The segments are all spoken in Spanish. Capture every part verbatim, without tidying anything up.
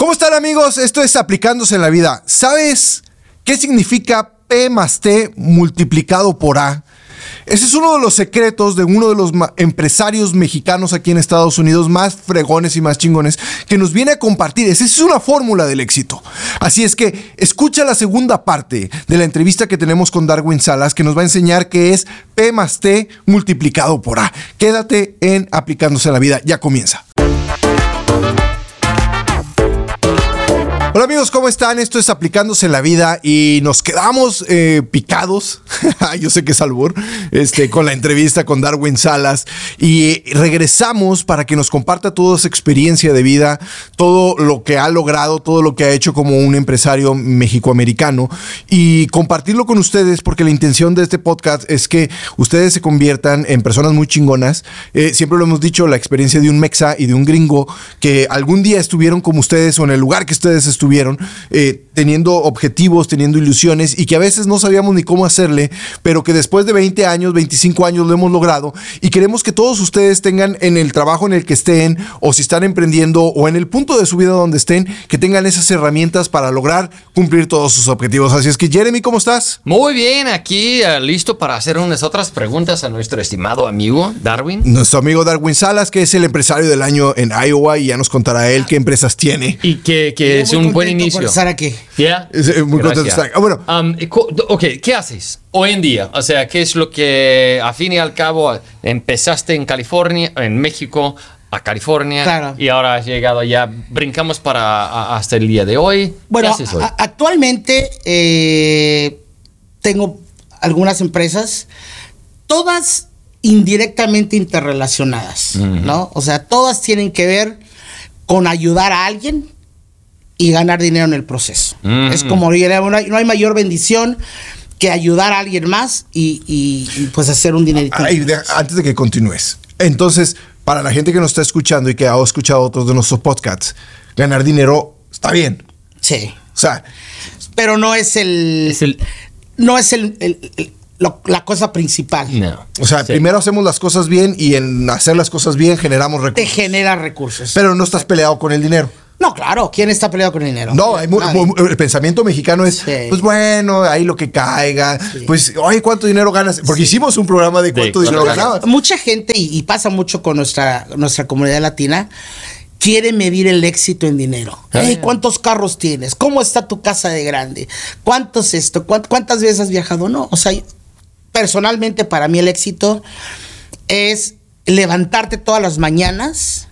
¿Cómo están, amigos? Esto es Aplicándose en la Vida. ¿Sabes qué significa P más T multiplicado por A? Ese es uno de los secretos de uno de los empresarios mexicanos aquí en Estados Unidos más fregones y más chingones que nos viene a compartir. Esa es una fórmula del éxito. Así es que escucha la segunda parte de la entrevista que tenemos con Darwin Salas, que nos va a enseñar qué es P más T multiplicado por A. Quédate en Aplicándose en la Vida. Ya comienza. Hola amigos, ¿cómo están? Esto es Aplicándose en la Vida y nos quedamos eh, picados, yo sé que es albur, este, con la entrevista con Darwin Salas y regresamos para que nos comparta toda su experiencia de vida, todo lo que ha logrado, todo lo que ha hecho como un empresario mexicoamericano y compartirlo con ustedes porque la intención de este podcast es que ustedes se conviertan en personas muy chingonas. Eh, siempre lo hemos dicho, la experiencia de un mexa y de un gringo que algún día estuvieron como ustedes o en el lugar que ustedes estuvieron. Estuvieron eh, teniendo objetivos, teniendo ilusiones y que a veces no sabíamos ni cómo hacerle, pero que después de veinte años, veinticinco años lo hemos logrado y queremos que todos ustedes tengan en el trabajo en el que estén o si están emprendiendo o en el punto de su vida donde estén, que tengan esas herramientas para lograr cumplir todos sus objetivos. Así es que, Jeremy, ¿cómo estás? Muy bien, aquí uh, listo para hacer unas otras preguntas a nuestro estimado amigo Darwin. Nuestro amigo Darwin Salas, que es el empresario del año en Iowa y ya nos contará él qué empresas tiene. Y que, que es un buen inicio. Por estar aquí. Yeah. Es, es muy contento de estar aquí. Ah, bueno. Um, ok, ¿qué haces hoy en día? O sea, ¿qué es lo que a fin y al cabo empezaste en California, en México, a California? Claro. Y ahora has llegado ya, brincamos para a, hasta el día de hoy. Bueno, ¿qué haces hoy? A- actualmente eh, tengo algunas empresas, todas indirectamente interrelacionadas, uh-huh. ¿no? O sea, todas tienen que ver con ayudar a alguien y ganar dinero en el proceso. Mm. Es como, no hay, no hay mayor bendición que ayudar a alguien más y, y, y pues hacer un dinerito. Ay, de, antes de que continúes, entonces, para la gente que nos está escuchando y que ha escuchado otros de nuestros podcasts, ganar dinero está bien. Sí. O sea, pero no es el... Es el no es el... el, el Lo, la cosa principal. No. O sea, Sí. primero hacemos las cosas bien y en hacer las cosas bien generamos recursos. Te genera recursos. Pero no estás peleado con el dinero. No, claro. ¿Quién está peleado con el dinero? No, hay mu- mu- el pensamiento mexicano es, Sí. pues bueno, ahí lo que caiga. Sí. Pues, oye, ¿cuánto dinero ganas? Porque Sí. hicimos un programa de cuánto De dinero cuánto ganabas. Mucha gente, y, y pasa mucho con nuestra, nuestra comunidad latina, quiere medir el éxito en dinero. Ah, Hey, yeah. ¿cuántos carros tienes? ¿Cómo está tu casa de grande? ¿Cuántos esto? ¿Cuánt- ¿Cuántas veces has viajado? No, o sea, personalmente para mí el éxito es levantarte todas las mañanas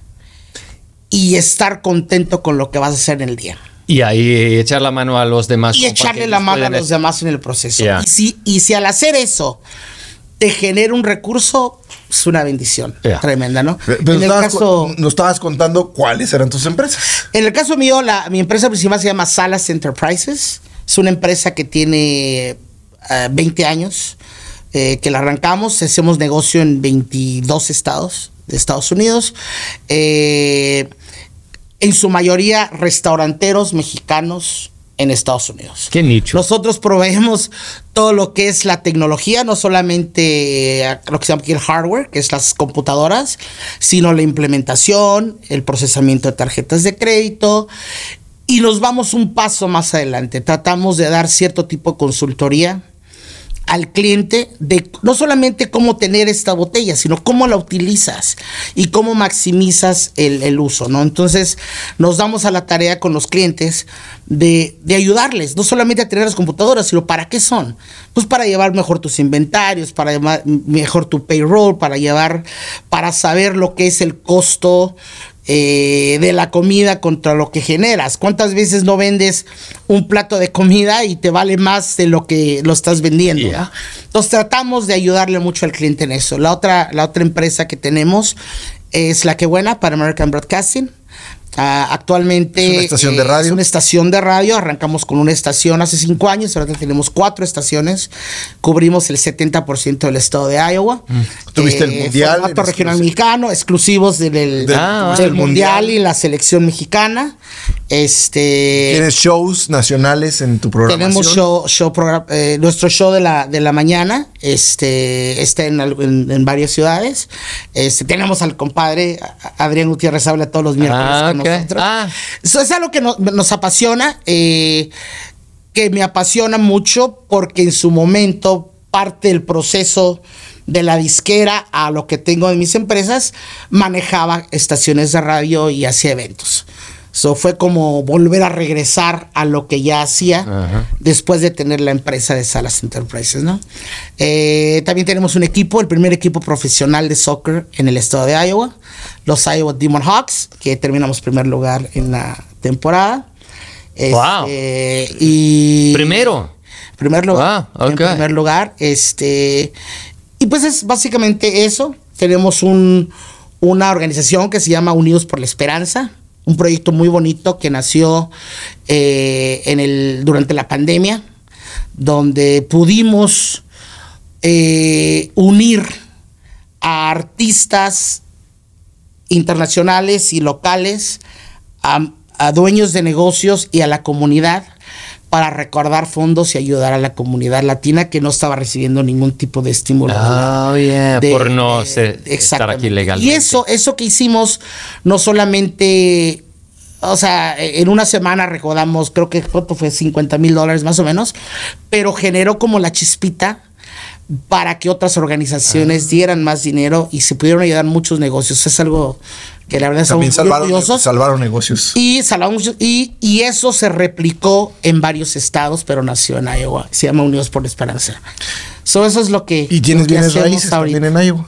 y estar contento con lo que vas a hacer en el día. Y ahí echar la mano a los demás. Y echarle la mano a los demás en el proceso. Yeah. Y, si, y si al hacer eso te genera un recurso, es una bendición Yeah. tremenda, ¿no? Pero en, el estabas caso, con- nos estabas contando cuáles eran tus empresas. en el caso mío, la, mi empresa principal se llama Salas Enterprises. Es una empresa que tiene uh, veinte años, eh, que la arrancamos. Hacemos negocio en veintidós estados de Estados Unidos. Eh, en su mayoría restauranteros mexicanos en Estados Unidos. ¿Qué nicho? Nosotros proveemos todo lo que es la tecnología, no solamente eh, lo que se llama aquí el hardware, que es las computadoras, sino la implementación, el procesamiento de tarjetas de crédito. Y nos vamos un paso más adelante. Tratamos de dar cierto tipo de consultoría al cliente de no solamente cómo tener esta botella, sino cómo la utilizas y cómo maximizas el, el uso, ¿no? Entonces nos damos a la tarea con los clientes de, de ayudarles, no solamente a tener las computadoras, sino para qué son. Pues para llevar mejor tus inventarios, para llevar mejor tu payroll, para llevar, para saber lo que es el costo Eh, de la comida contra lo que generas. ¿Cuántas veces no vendes un plato de comida y te vale más de lo que lo estás vendiendo? Yeah. ¿no? Entonces tratamos de ayudarle mucho al cliente en eso. La otra, la otra empresa que tenemos es La Que Buena para American Broadcasting. Uh, actualmente ¿Es una estación de radio? Es una estación de radio. Arrancamos con una estación hace cinco años. Ahora tenemos cuatro estaciones. Cubrimos el setenta por ciento del estado de Iowa. Mm. Tuviste el mundial. Formato regional mexicano, exclusivos del, del, Ah, del el mundial, mundial. y la selección mexicana. Este Tienes shows nacionales en tu programación. tenemos show, show program- eh, nuestro show de la, de la mañana Este, está en, en, en varias ciudades. Este, tenemos al compadre Adrián Gutiérrez, habla todos los miércoles ah, con okay. nosotros. Ah. Eso es algo que no, nos apasiona, eh, que me apasiona mucho porque en su momento parte del proceso de la disquera a lo que tengo en mis empresas, manejaba estaciones de radio y hacía eventos. So, fue como volver a regresar a lo que ya hacía uh-huh. después de tener la empresa de Salas Enterprises, ¿no? Eh, también tenemos un equipo, el primer equipo profesional de soccer en el estado de Iowa, los Iowa Demon Hawks, que terminamos primer lugar en la temporada. Wow. Este, y primero. Primer lugar. Wow, okay. En primer lugar, este, y pues es básicamente eso. Tenemos un, una organización que se llama Unidos por la Esperanza. Un proyecto muy bonito que nació eh, en el, durante la pandemia, donde pudimos eh, unir a artistas internacionales y locales, a, a dueños de negocios y a la comunidad para recaudar fondos y ayudar a la comunidad latina que no estaba recibiendo ningún tipo de estímulo. Oh, yeah, de, por no eh, ser, estar aquí legalmente. Y eso, eso que hicimos, no solamente, o sea, en una semana recaudamos, creo que ¿cuánto fue? cincuenta mil dólares más o menos, pero generó como la chispita para que otras organizaciones ah. dieran más dinero y se pudieron ayudar muchos negocios. Es algo que la verdad también estamos salvaron, orgullosos. salvaron negocios. Y, salvamos, y, y eso se replicó en varios estados, pero nació en Iowa. Se llama Unidos por la Esperanza. So, eso es lo que Y tienes lo que bienes raíces también en Iowa.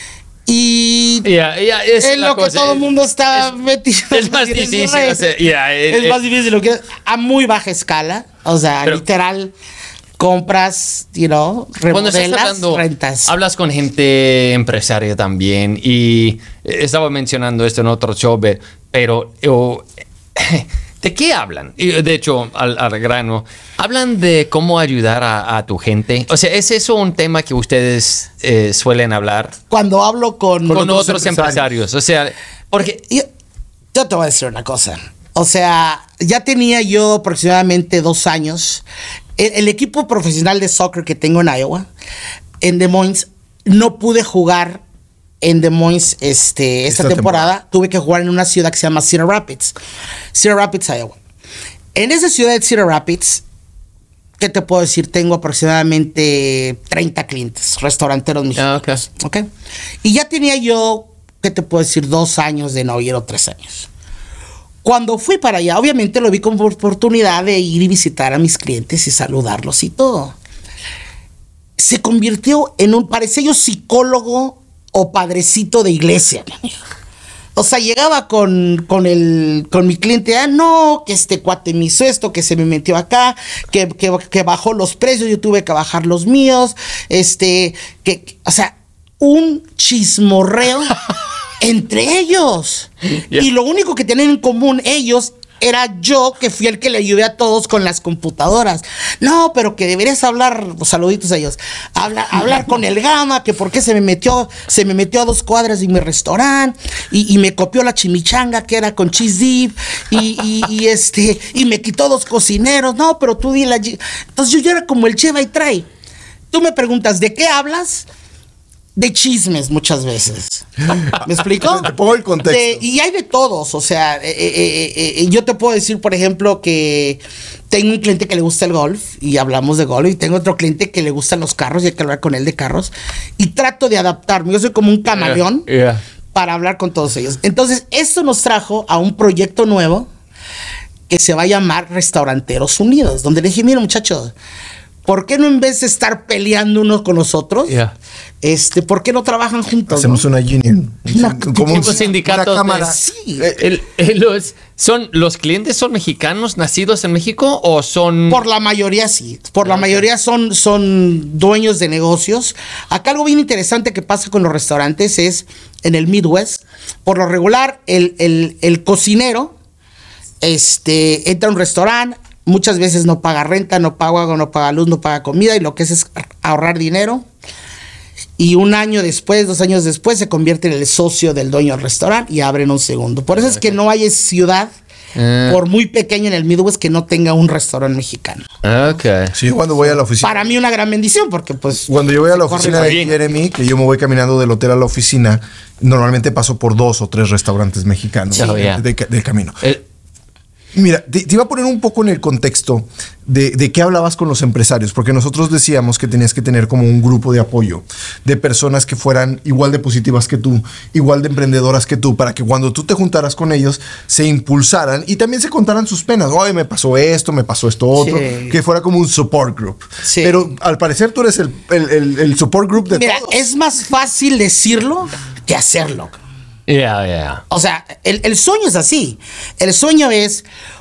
Y yeah, yeah, es, es lo cosa, que todo el mundo está es, metido. Es más difícil. O sea, yeah, es it, más it, difícil lo que a muy baja escala. O sea, pero, literal, compras, you know, remodelas, hablando, rentas. Hablas con gente empresaria también. Y estaba mencionando esto en otro show, pero oh, ¿de qué hablan? De hecho, al, al grano, ¿hablan de cómo ayudar a, a tu gente? O sea, ¿es eso un tema que ustedes eh, suelen hablar? Cuando hablo con, con, con otros, otros empresarios. empresarios. O sea, porque... Yo, yo te voy a decir una cosa. O sea, ya tenía yo aproximadamente dos años. El, el equipo profesional de soccer que tengo en Iowa, en Des Moines, no pude jugar en Des Moines este, esta, esta temporada. temporada. Tuve que jugar en una ciudad que se llama Cedar Rapids. Cedar Rapids, Iowa. En esa ciudad de Cedar Rapids, ¿qué te puedo decir? Tengo aproximadamente treinta clientes, restauranteros mexicanos. Ah, okay. ¿Okay? Y ya tenía yo, ¿qué te puedo decir? Dos años de no ir o tres años. Cuando fui para allá, obviamente lo vi como oportunidad de ir y visitar a mis clientes y saludarlos y todo. Se convirtió en un, parecía yo psicólogo o padrecito de iglesia. O sea, llegaba con, con, el, con mi cliente, ah, no, que este cuate me hizo esto, que se me metió acá, que, que, que bajó los precios, yo tuve que bajar los míos, este, que, que o sea, un chismorreo entre ellos. Yeah. Y lo único que tenían en común ellos era yo, que fui el que le ayudé a todos con las computadoras. No, pero que deberías hablar, saluditos a ellos, habla, hablar con el Gama, que por qué se me metió, se me metió a dos cuadras de mi restaurante y, y me copió la chimichanga que era con cheese dip y, y, y este, y me quitó dos cocineros. No, pero tú di la... Entonces yo ya era como el lleva y trae. Tú me preguntas, ¿de qué hablas? De chismes muchas veces. ¿Me explico? Te pongo el contexto. De, y hay de todos. O sea, eh, eh, eh, yo te puedo decir, por ejemplo, que tengo un cliente que le gusta el golf y hablamos de golf. Y tengo otro cliente que le gustan los carros y hay que hablar con él de carros. Y trato de adaptarme. Yo soy como un camaleón yeah, yeah. para hablar con todos ellos. Entonces, esto nos trajo a un proyecto nuevo que se va a llamar Restauranteros Unidos. Donde le dije, mira, muchachos, ¿por qué no en vez de estar peleando unos con los otros, yeah. este, por qué no trabajan juntos? Hacemos ¿no? una union. Una, como un sindicato. Una cámara. Sí. El, el, los, son, ¿Los clientes son mexicanos nacidos en México o son...? Por la mayoría sí. Por la okay. mayoría son, son dueños de negocios. Acá algo bien interesante que pasa con los restaurantes es, en el Midwest, por lo regular, el, el, el cocinero este, entra a un restaurante, muchas veces no paga renta, no paga agua, no paga luz, no paga comida y lo que es es ahorrar dinero. Y un año después, dos años después, se convierte en el socio del dueño del restaurante y abren un segundo. Por eso es que no hay ciudad Ah. por muy pequeño en el Midwest, que no tenga un restaurante mexicano. Ok. Sí, yo cuando voy a la oficina. Para mí una gran bendición, porque pues... Cuando yo voy a la se oficina corre de bien. Jeremy, que yo me voy caminando del hotel a la oficina, normalmente paso por dos o tres restaurantes mexicanos Oh, yeah. de, de- del camino. Eh, Mira, te, te iba a poner un poco en el contexto de, de qué hablabas con los empresarios, porque nosotros decíamos que tenías que tener como un grupo de apoyo de personas que fueran igual de positivas que tú, igual de emprendedoras que tú, para que cuando tú te juntaras con ellos se impulsaran y también se contaran sus penas. Oye, me pasó esto, me pasó esto otro, Sí. que fuera como un support group. Sí. Pero al parecer tú eres el, el- el- el support group de Mira, todos. es más fácil decirlo que hacerlo. yeah, yeah. O sea, el, el sueño es así. El sueño es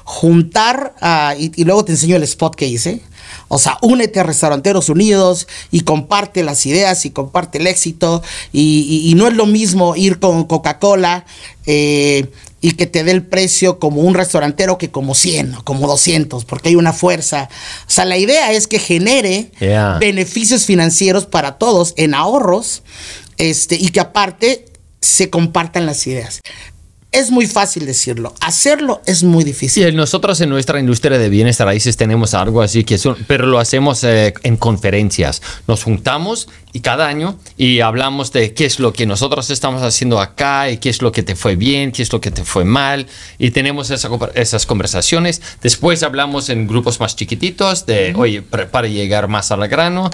juntar, ah, y, y luego te enseño el spot que hice. O sea, únete a Restauranteros Unidos y comparte las ideas y comparte el éxito. Y, y- y no es lo mismo ir con Coca-Cola eh, y que te dé el precio como un restaurantero que como cien o como doscientos, porque hay una fuerza. O sea, la idea es que genere Yeah. beneficios financieros para todos en ahorros, este, y que aparte se compartan las ideas. Es muy fácil decirlo, hacerlo es muy difícil. Sí, nosotros en nuestra industria de bienes raíces tenemos algo así que son, pero lo hacemos eh, en conferencias. Nos juntamos y cada año y hablamos de qué es lo que nosotros estamos haciendo acá y qué es lo que te fue bien, qué es lo que te fue mal y tenemos esa, esas conversaciones. Después hablamos en grupos más chiquititos de, oye, pre- para llegar más al grano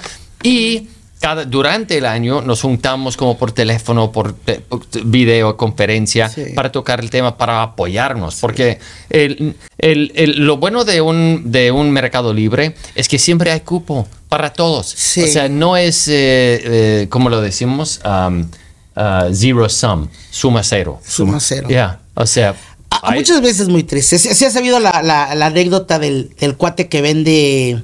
y Cada, durante el año nos juntamos como por teléfono, por, te- por videoconferencia, Sí. para tocar el tema, para apoyarnos. Porque el, el- el- lo bueno de un, de un mercado libre es que siempre hay cupo para todos. Sí. O sea, no es, eh, eh, como lo decimos, um, uh, zero sum, suma cero. Suma cero. Ya, o sea... A, a hay- muchas veces muy triste. Si has sabido la, la- la anécdota del, del cuate que vende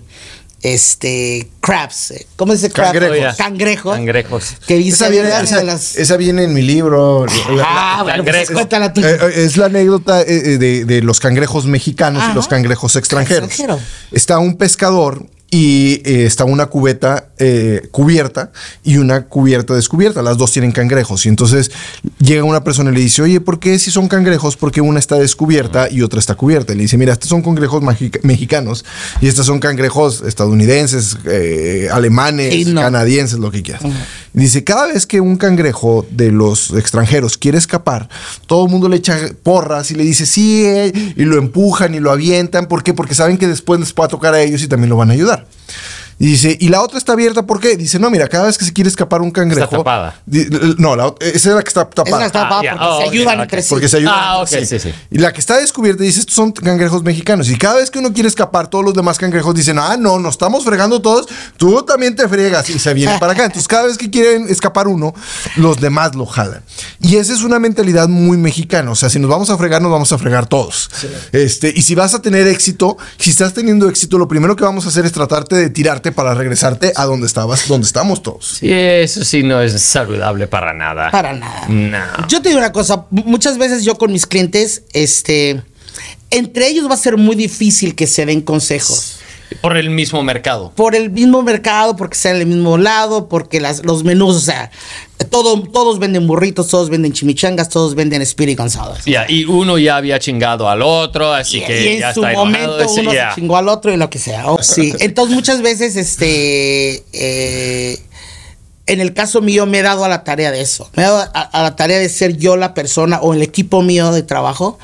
este crabs. eh, ¿Cómo se dice crab? Cangrejos. Oh, yeah. Cangrejos. Cangrejos. Que dice Esa viene, "Mira, esa- las- esa viene en mi libro. Ah, bueno, pues cangrejos. cuéntala tú. Eh, eh, es la anécdota eh, eh, de, de los cangrejos mexicanos Ajá. y los cangrejos extranjeros. Extranjero. Está un pescador y eh, está una cubeta eh, cubierta y una cubierta descubierta. Las dos tienen cangrejos. Y entonces llega una persona y le dice, oye, ¿por qué si son cangrejos? Porque una está descubierta y otra está cubierta. Y le dice, mira, estos son cangrejos magica- mexicanos y estos son cangrejos estadounidenses, eh, alemanes, Sí, no. canadienses, lo que quieras. Y dice, cada vez que un cangrejo de los extranjeros quiere escapar, todo el mundo le echa porras y le dice, sí, eh", y lo empujan y lo avientan. ¿Por qué? Porque saben que después les va a tocar a ellos y también lo van a ayudar. Y dice, ¿y la otra está abierta por qué? Dice, no, mira, cada vez que se quiere escapar un cangrejo... Está tapada. di- No, la ot- esa es la que está tapada. Es la que está tapada Ah, ya. porque Oh, se ok, ayudan ok. entre sí. Porque se ayudan. Ah, ok, sí, sí. Y la que está descubierta dice, estos son cangrejos mexicanos. Y cada vez que uno quiere escapar, todos los demás cangrejos dicen, ah, no, nos estamos fregando todos, tú también te fregas. Y se viene para acá. Entonces, cada vez que quieren escapar uno, los demás lo jalan. Y esa es una mentalidad muy mexicana. O sea, si nos vamos a fregar, nos vamos a fregar todos. Este, y si vas a tener éxito, si estás teniendo éxito, lo primero que vamos a hacer es tratarte de tirarte para regresarte a donde estabas, donde estamos todos. Y eso sí no es saludable para nada. Para nada. No. Yo te digo una cosa, m- muchas veces yo con mis clientes, este, entre ellos va a ser muy difícil que se den consejos. Por el mismo mercado. Por el mismo mercado, porque sean del mismo lado, porque las, los menús, o sea, todo, todos venden burritos, todos venden chimichangas, todos venden Spirit González. Ya, y uno ya había chingado al otro, así Y, que y en ya su está momento enojado. Sí, uno ya. se chingó al otro y lo que sea. Oh, sí. Entonces muchas veces, este, eh, en el caso mío me he dado a la tarea de eso. Me he dado a, a la tarea de ser yo la persona o el equipo mío de trabajo.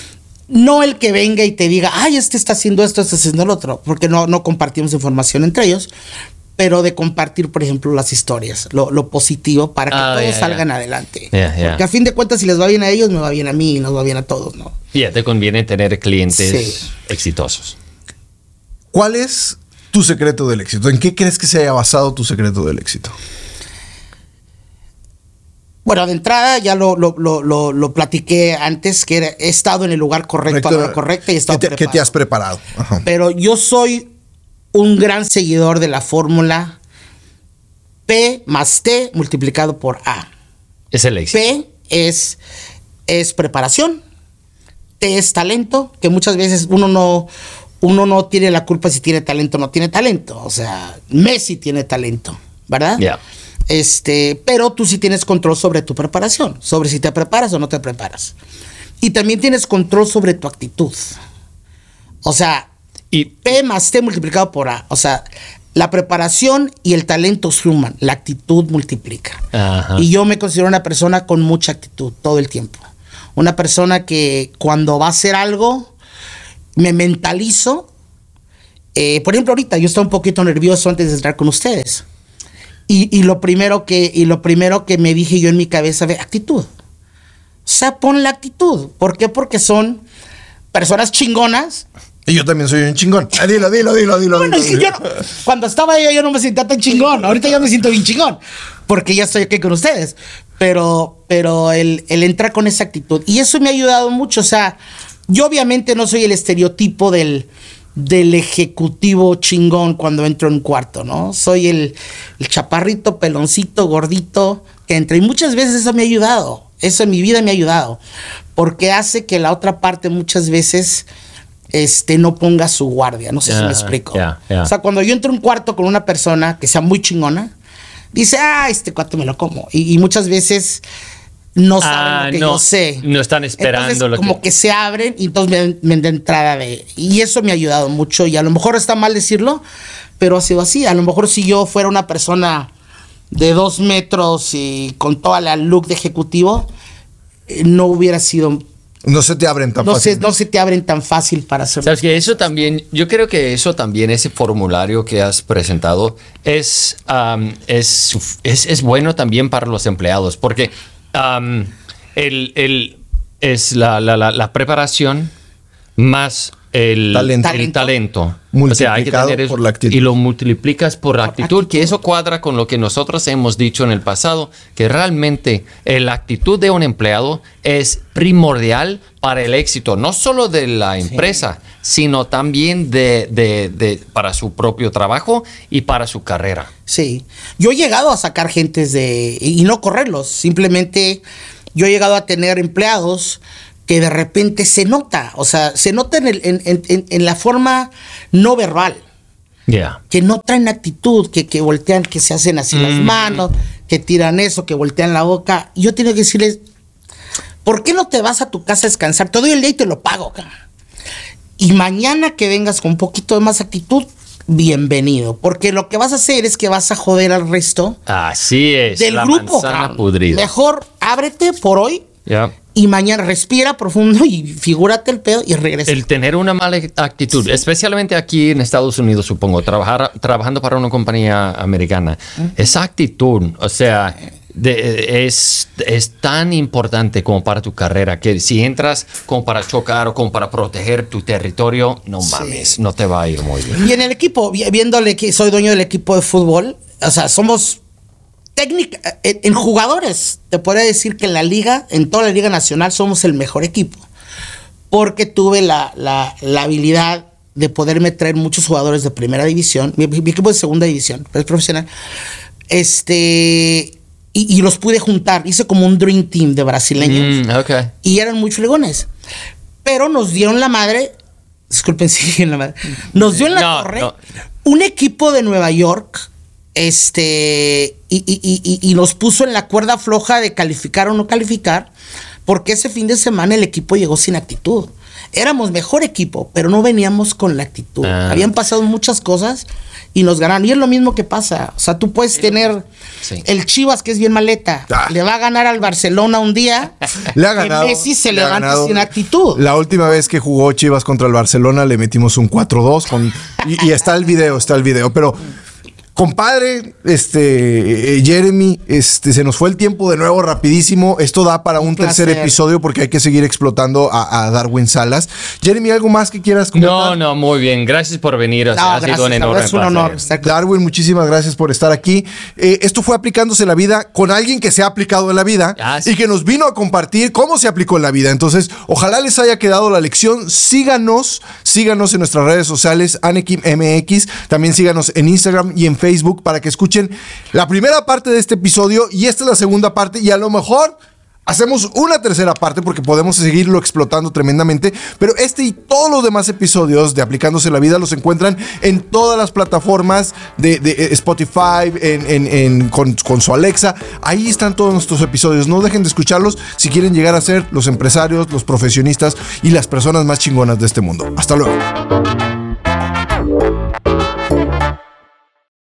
No el que venga y te diga, ay, este está haciendo esto, este está haciendo el otro, porque no, no compartimos información entre ellos, pero de compartir, por ejemplo, las historias, lo, lo positivo para que Ah, todos ya, ya. salgan adelante. Ya, ya. Porque a fin de cuentas, si les va bien a ellos, me va bien a mí y nos va bien a todos, ¿no? Ya te conviene tener clientes Sí. exitosos. ¿Cuál es tu secreto del éxito? ¿En qué crees que se haya basado tu secreto del éxito? Bueno, de entrada ya lo, lo, lo, lo, lo platiqué antes, que era- he estado en el lugar correcto a la hora correcta y he estado ¿Qué te, qué te has preparado? Ajá. Pero yo soy un gran seguidor de la fórmula P más T multiplicado por A. Es el éxito. P es, es preparación, T es talento, que muchas veces uno no, uno no tiene la culpa si tiene talento o no tiene talento. O sea, Messi tiene talento, ¿verdad? Ya. Este, pero tú sí tienes control sobre tu preparación, sobre si te preparas o no te preparas. Y también tienes control sobre tu actitud. O sea, Y P más T multiplicado por A. O sea, la preparación y el talento suman, la actitud multiplica. Ajá. Y yo me considero una persona con mucha actitud todo el tiempo. Una persona que cuando va a hacer algo, me mentalizo. Eh, por ejemplo, ahorita yo estaba un poquito nervioso antes de entrar con ustedes. Y, y, lo primero que, y lo primero que me dije yo en mi cabeza fue actitud. O sea, pon la actitud. ¿Por qué? Porque son personas chingonas. Y yo también soy un chingón. Ah, dilo, dilo, dilo, dilo. Bueno, dilo, es que dilo. yo no, cuando estaba ahí yo no me sentía tan chingón. Ahorita ya me siento bien chingón. Porque ya estoy aquí con ustedes. Pero, pero el, el entrar con esa actitud. Y eso me ha ayudado mucho. O sea, yo obviamente no soy el estereotipo del, del ejecutivo chingón cuando entro en un cuarto, ¿no? Soy el, el chaparrito, peloncito, gordito que entra. Y muchas veces eso me ha ayudado. Eso en mi vida me ha ayudado. Porque hace que la otra parte muchas veces... Este, no ponga su guardia, no sé uh, si me explico. Yeah, yeah. O sea, cuando yo entro a un cuarto con una persona que sea muy chingona, dice, ah, este cuarto me lo como. Y, y muchas veces no saben ah, lo que no, yo sé. No están esperando entonces, lo como que... que se abren y entonces me, me da entrada de... Y eso me ha ayudado mucho. Y a lo mejor está mal decirlo, pero ha sido así. A lo mejor si yo fuera una persona de dos metros y con toda la look de ejecutivo, eh, no hubiera sido... No se te abren tan no fácil. Se, no se te abren tan fácil para hacerlo. Sabes que eso también, yo creo que eso también, ese formulario que has presentado, es, um, es, es, es bueno también para los empleados, porque um, el, el, es la, la, la, la preparación más el talento. el talento. Multiplicado O sea, hay que tener eso, por la actitud. y lo multiplicas por la actitud, actitud. que eso cuadra con lo que nosotros hemos dicho en el pasado, que realmente eh, la actitud de un empleado es primordial para el éxito, no solo de la empresa, sí. sino también de, de, de, para su propio trabajo y para su carrera. Sí. Yo he llegado a sacar gentes de... y no correrlos, simplemente yo he llegado a tener empleados que de repente se nota, o sea, se nota en, el, en, en, en la forma no verbal. Yeah. Que no traen actitud, que, que voltean, que se hacen así mm. las manos, que tiran eso, que voltean la boca. Yo tengo que decirles, ¿por qué no te vas a tu casa a descansar? Te doy el día y te lo pago, cara. Y mañana que vengas con un poquito de más actitud, bienvenido. Porque lo que vas a hacer es que vas a joder al resto. Así es. Del la grupo, manzana cara. Pudrida. Mejor ábrete por hoy. Yeah. Y mañana respira profundo y figúrate el pedo y regresa. El tener una mala actitud, sí. especialmente aquí en Estados Unidos, supongo, trabajar, trabajando para una compañía americana, uh-huh. esa actitud, o sea, de, es, es tan importante como para tu carrera, que si entras como para chocar o como para proteger tu territorio, no mames, sí. no te va a ir muy bien. Y en el equipo, viéndole que soy dueño del equipo de fútbol, o sea, somos... técnica, en, en jugadores, te podría decir que en la liga, en toda la liga nacional, somos el mejor equipo. Porque tuve la, la, la habilidad de poderme traer muchos jugadores de primera división. Mi, mi equipo de segunda división, es profesional. Este, y, y los pude juntar. Hice como un dream team de brasileños. Mm, okay. Y eran muy fregones. Pero nos dieron la madre. Disculpen si en la madre. Nos dio en la no, torre no. un equipo de Nueva York. Este, y, y, y, y nos puso en la cuerda floja de calificar o no calificar, porque ese fin de semana el equipo llegó sin actitud. Éramos mejor equipo, pero no veníamos con la actitud. Ah. Habían pasado muchas cosas y nos ganaron. Y es lo mismo que pasa. O sea, tú puedes tener sí. el Chivas, que es bien maleta, ah. le va a ganar al Barcelona un día. Le ha ganado. Messi se le levanta sin actitud. La última vez que jugó Chivas contra el Barcelona le metimos un cuatro dos con, y, y está el video, está el video, pero... Compadre, este, eh, Jeremy, este, se nos fue el tiempo de nuevo rapidísimo. Esto da para un, un tercer episodio porque hay que seguir explotando a, a Darwin Salas. Jeremy, ¿algo más que quieras comentar? No, no, muy bien. Gracias por venir. O sea, no, ha gracias, sido un enorme es un honor. Darwin, muchísimas gracias por estar aquí. Eh, esto fue Aplicándose en la Vida con alguien que se ha aplicado en la vida ah, sí. y que nos vino a compartir cómo se aplicó en la vida. Entonces, ojalá les haya quedado la lección. Síganos, síganos en nuestras redes sociales, Anekim M X. También síganos en Instagram y en Facebook para que escuchen la primera parte de este episodio y esta es la segunda parte y a lo mejor hacemos una tercera parte porque podemos seguirlo explotando tremendamente, pero este y todos los demás episodios de Aplicándose la Vida los encuentran en todas las plataformas de, de Spotify, en, en, en, con, con su Alexa. Ahí están todos nuestros episodios. No dejen de escucharlos si quieren llegar a ser los empresarios, los profesionistas y las personas más chingonas de este mundo. Hasta luego.